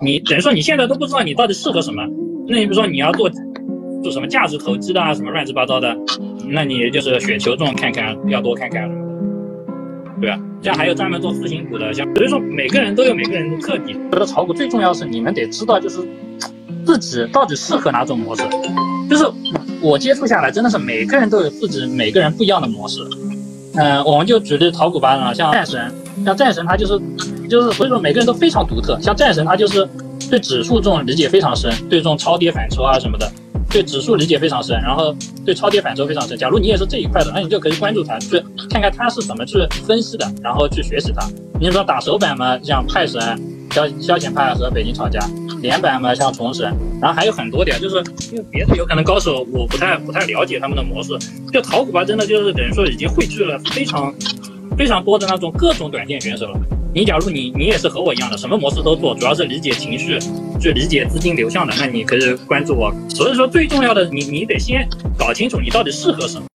你等于说你现在都不知道你到底适合什么。那你比如说你要做什么价值投资的啊，什么乱七八糟的，那你就是选球种看看，要多看看什么的，对吧？像还有专门做次新股的，像所以说每个人都有每个人的特点。觉得炒股最重要的是你们得知道，就是自己到底适合哪种模式。就是我接触下来，真的是每个人都有自己每个人不一样的模式。我们就举例炒股吧啊，像战神他就是所以说每个人都非常独特。像战神他就是对指数这种理解非常深，对这种超跌反抽啊什么的，对指数理解非常深，然后对超跌反抽非常深。假如你也是这一块的，那你就可以关注他，去看看他是怎么去分析的，然后去学习他。你说打手板嘛，像派神、消遣派和北京炒家；连板嘛，像重神，然后还有很多点，就是因为别的有可能高手我不太了解他们的模式。就炒股吧，真的就是等于说已经汇聚了非常多的那种各种短线选手了。你假如你也是和我一样的，什么模式都做，主要是理解情绪，去理解资金流向的，那你可以关注我。所以说最重要的，你得先搞清楚你到底适合什么。